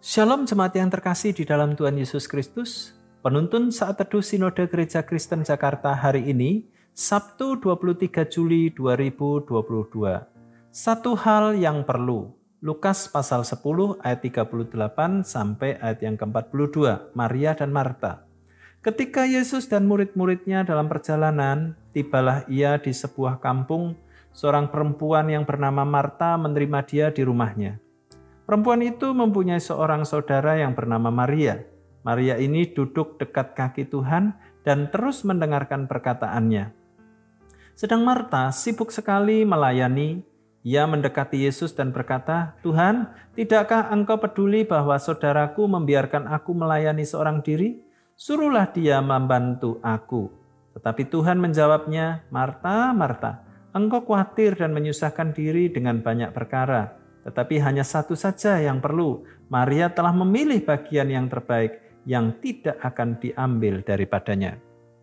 Shalom jemaat yang terkasih di dalam Tuhan Yesus Kristus. Penuntun saat teduh Sinode Gereja Kristen Jakarta hari ini, Sabtu 23 Juli 2022. Satu hal yang perlu. Lukas pasal 10 ayat 38 sampai ayat yang ke-42, Maria dan Marta. Ketika Yesus dan murid-muridnya dalam perjalanan, tibalah ia di sebuah kampung. Seorang perempuan yang bernama Marta menerima dia di rumahnya. Perempuan itu mempunyai seorang saudara yang bernama Maria. Maria ini duduk dekat kaki Tuhan dan terus mendengarkan perkataannya. Sedang Marta sibuk sekali melayani. Ia mendekati Yesus dan berkata, "Tuhan, tidakkah Engkau peduli bahwa saudaraku membiarkan aku melayani seorang diri? Suruhlah dia membantu aku." Tetapi Tuhan menjawabnya, "Marta, Marta, engkau khawatir dan menyusahkan diri dengan banyak perkara. Tetapi hanya satu saja yang perlu. Maria telah memilih bagian yang terbaik yang tidak akan diambil daripadanya."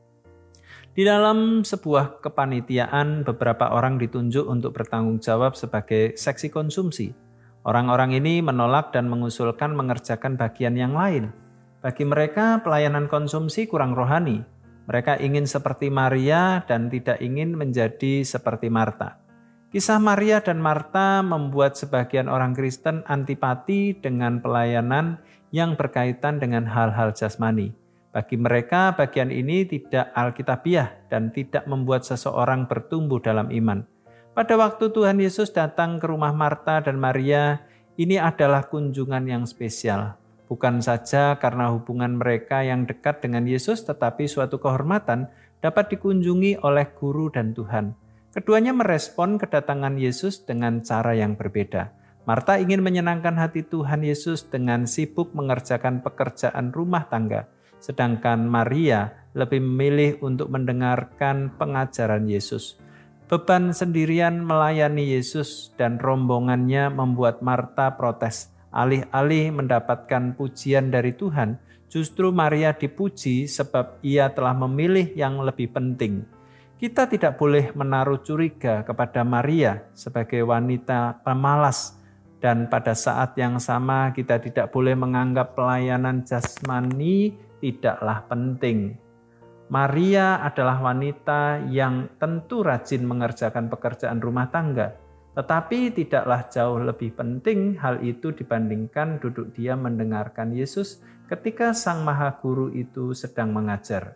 Di dalam sebuah kepanitiaan, beberapa orang ditunjuk untuk bertanggung jawab sebagai seksi konsumsi. Orang-orang ini menolak dan mengusulkan mengerjakan bagian yang lain. Bagi mereka, pelayanan konsumsi kurang rohani. Mereka ingin seperti Maria dan tidak ingin menjadi seperti Marta. Kisah Maria dan Marta membuat sebagian orang Kristen antipati dengan pelayanan yang berkaitan dengan hal-hal jasmani. Bagi mereka, bagian ini tidak alkitabiah dan tidak membuat seseorang bertumbuh dalam iman. Pada waktu Tuhan Yesus datang ke rumah Marta dan Maria, ini adalah kunjungan yang spesial. Bukan saja karena hubungan mereka yang dekat dengan Yesus, tetapi suatu kehormatan dapat dikunjungi oleh guru dan Tuhan. Keduanya merespon kedatangan Yesus dengan cara yang berbeda. Marta ingin menyenangkan hati Tuhan Yesus dengan sibuk mengerjakan pekerjaan rumah tangga, sedangkan Maria lebih memilih untuk mendengarkan pengajaran Yesus. Beban sendirian melayani Yesus dan rombongannya membuat Marta protes. Alih-alih mendapatkan pujian dari Tuhan, justru Maria dipuji sebab ia telah memilih yang lebih penting. Kita tidak boleh menaruh curiga kepada Maria sebagai wanita pemalas, dan pada saat yang sama kita tidak boleh menganggap pelayanan jasmani tidaklah penting. Maria adalah wanita yang tentu rajin mengerjakan pekerjaan rumah tangga, tetapi tidaklah jauh lebih penting hal itu dibandingkan duduk diam mendengarkan Yesus ketika Sang Maha Guru itu sedang mengajar.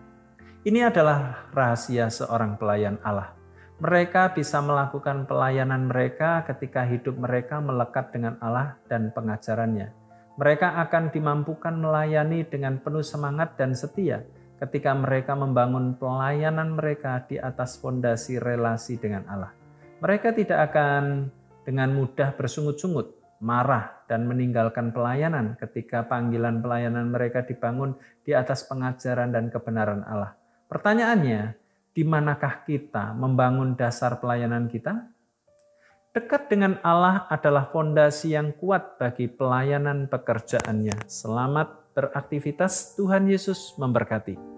Ini adalah rahasia seorang pelayan Allah. Mereka bisa melakukan pelayanan mereka ketika hidup mereka melekat dengan Allah dan pengajarannya. Mereka akan dimampukan melayani dengan penuh semangat dan setia ketika mereka membangun pelayanan mereka di atas fondasi relasi dengan Allah. Mereka tidak akan dengan mudah bersungut-sungut, marah, dan meninggalkan pelayanan ketika panggilan pelayanan mereka dibangun di atas pengajaran dan kebenaran Allah. Pertanyaannya, di manakah kita membangun dasar pelayanan kita? Dekat dengan Allah adalah fondasi yang kuat bagi pelayanan pekerjaannya. Selamat beraktivitas, Tuhan Yesus memberkati.